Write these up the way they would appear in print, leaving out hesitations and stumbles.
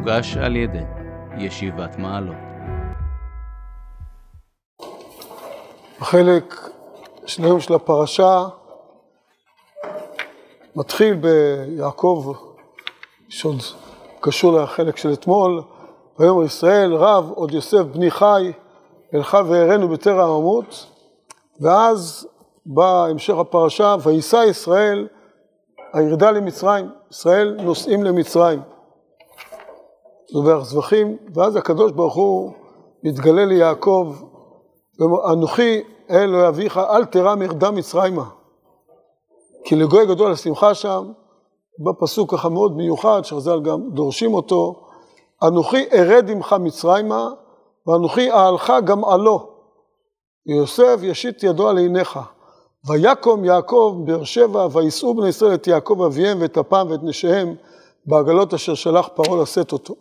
הוגש על ידי ישיבת מעלות. החלק שלהם של הפרשה מתחיל ביעקב, שעוד קשור לחלק של אתמול, ויאמר ישראל רב עוד יוסף בני חי אלך ואראנו בטרם אמות, ואז בא המשך הפרשה וייסע ישראל הירידה למצרים, ישראל נוסעים למצרים, זה בערך זבחים, ואז הקדוש ברוך הוא מתגלה ליעקב ואומר אנוכי אלוהי אביך אל תרע מרדה מצרימה, כי לגוי גדול השמחה שם. בפסוק ככה מאוד מיוחד שחז"ל גם דורשים אותו, אנוכי ארד עמך מצרימה ואנוכי אעלך גם עלו, ויוסף ישית ידו על עיניך. ויקום יעקב באר שבע וייסעו בני ישראל את יעקב אביהם ואת אפם ואת נשיהם בעגלות אשר שלח פרעה לשאת אותו.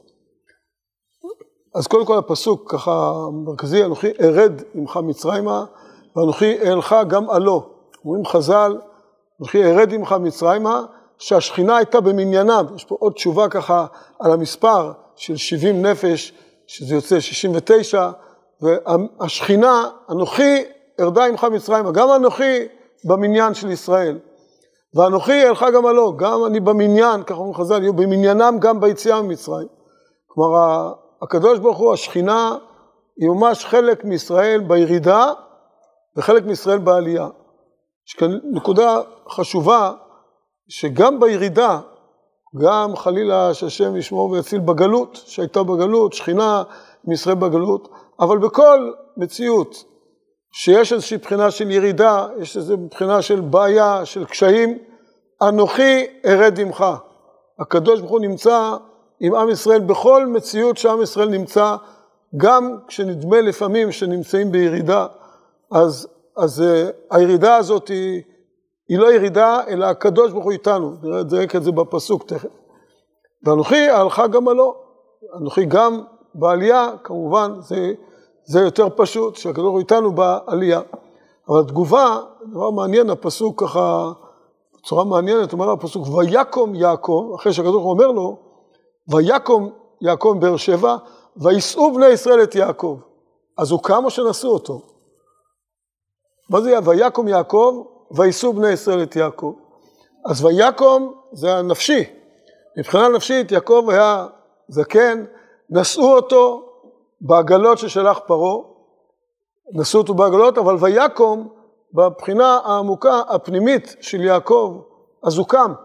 אז קודם כל הפסוק ככה מרכזי, אנוכי ארד עמך מצרימה ואנוכי אעלך גם עלו. אומרים חז"ל, אנוכי ארד עמך מצרימה, שהשכינה הייתה במניינם. יש פה עוד תשובה ככה על המספר של 70 נפש, שזה יוצא 69, והשכינה, אנוכי ארדה עמך מצרימה, גם אנוכי במניין של ישראל. ואנוכי אעלך גם עלו, גם אני במניין, ככה אומרים חז"ל, יהיו במניינם גם ביציאה ממצרים. כלומר, הקדוש ברוך הוא, השכינה, היא ממש חלק מישראל בירידה, וחלק מישראל בעלייה. יש כאן נקודה חשובה, שגם בירידה, גם חלילה שהשם ישמור ויציל בגלות, שהייתה בגלות, שכינה מישראל בגלות, אבל בכל מציאות שיש איזושהי בחינה של ירידה, יש איזושהי בחינה של בעיה, של קשיים, אנוכי ארד עמך. הקדוש ברוך הוא נמצא עם עם ישראל בכל מציאות שעם ישראל נמצא, גם כשנדמה לפעמים שנמצאים בירידה, אז הירידה הזאת היא לא ירידה, אלא הקדוש ברוך הוא איתנו. נראה את זה בפסוק תכף. ואנוכי אעלך גם עלו. אנוכי גם בעלייה, כמובן, זה יותר פשוט, שהקדוש ברוך הוא איתנו בעלייה. אבל התגובה, דבר מעניין, הפסוק ככה, בצורה מעניינת, אומר הפסוק, ויקום יעקב, אחרי שהקדוש ברוך הוא אומר לו, ויקום יעקב באר שבע, וייסעו בני ישראל את יעקב. אז הוא קם או שנשאו אותו? מה זה ויקום יעקב? וייסעו בני ישראל את יעקב. אז ויקום זה הנפשי. מבחינה נפשית יעקב היה זקן, נשאו אותו בעגלות ששלח פרעה, נשאו אותו בעגלות, אבל ויקום בבחינה העמוקה הפנימית של יעקב, אז הוא קם.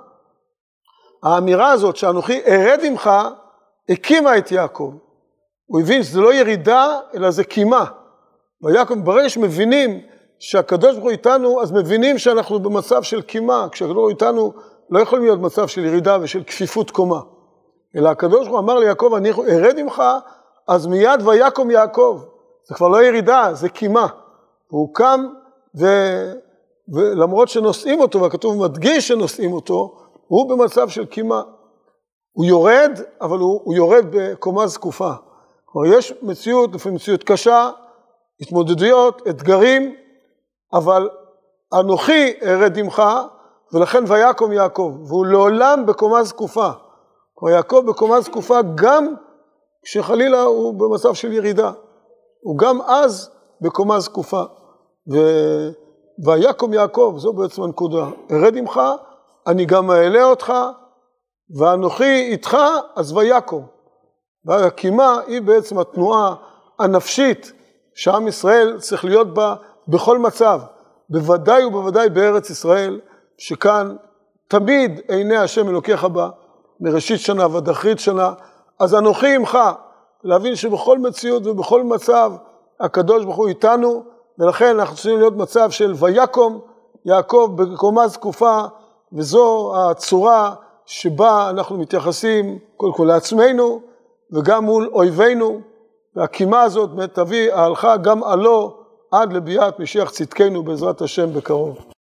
האמירה הזאת שאנוכי ארד עמך, הקימה את יעקב. הוא הבין שזה לא ירידה, אלא זה קימה. ויעקב ברגע שמבינים שהקדוש ברוך הוא איתנו, אז מבינים שאנחנו במצב של קימה. כשהקדוש ברוך הוא איתנו, לא יכולים להיות מצב של ירידה ושל כפיפות קומה. אלא הקדוש ברוך הוא אמר ליעקב, אני ארד עמך, אז מיד ויקום יעקב. זה כבר לא ירידה, זה קימה. והוא קם, ולמרות שנושאים אותו, והכתוב מדגיש שנושאים אותו, הוא במצב של קימה. הוא יורד, אבל הוא יורד בקומה זקופה. כלומר, יש מציאות, לפעמים מציאות קשה, התמודדויות, אתגרים, אבל אנוכי ארד עמך, ולכן ויקום יעקב, והוא לעולם בקומה זקופה. כלומר, יעקב בקומה זקופה גם כשחלילה הוא במצב של ירידה. הוא גם אז בקומה זקופה. ויקום יעקב, זו בעצם הנקודה. ארד עמך, אני גם אעלה אותך, ואנוכי איתך, אז ויקום. והקימה היא בעצם התנועה הנפשית, שעם ישראל צריך להיות בה בכל מצב, בוודאי ובוודאי בארץ ישראל, שכאן תמיד עיני השם אלוקיך בה, מראשית שנה ועד אחרית שנה, אז אנוכי עמך, להבין שבכל מציאות ובכל מצב, הקדוש ברוך הוא איתנו, ולכן אנחנו צריכים להיות מצב של ויקום יעקב בקומה זקופה, וזו הצורה שבה אנחנו מתייחסים קודם כל לעצמנו, וגם מול אויבינו, והקימה הזאת תביא אעלך גם עלו, עד לביאת משיח צדקנו בעזרת השם בקרוב.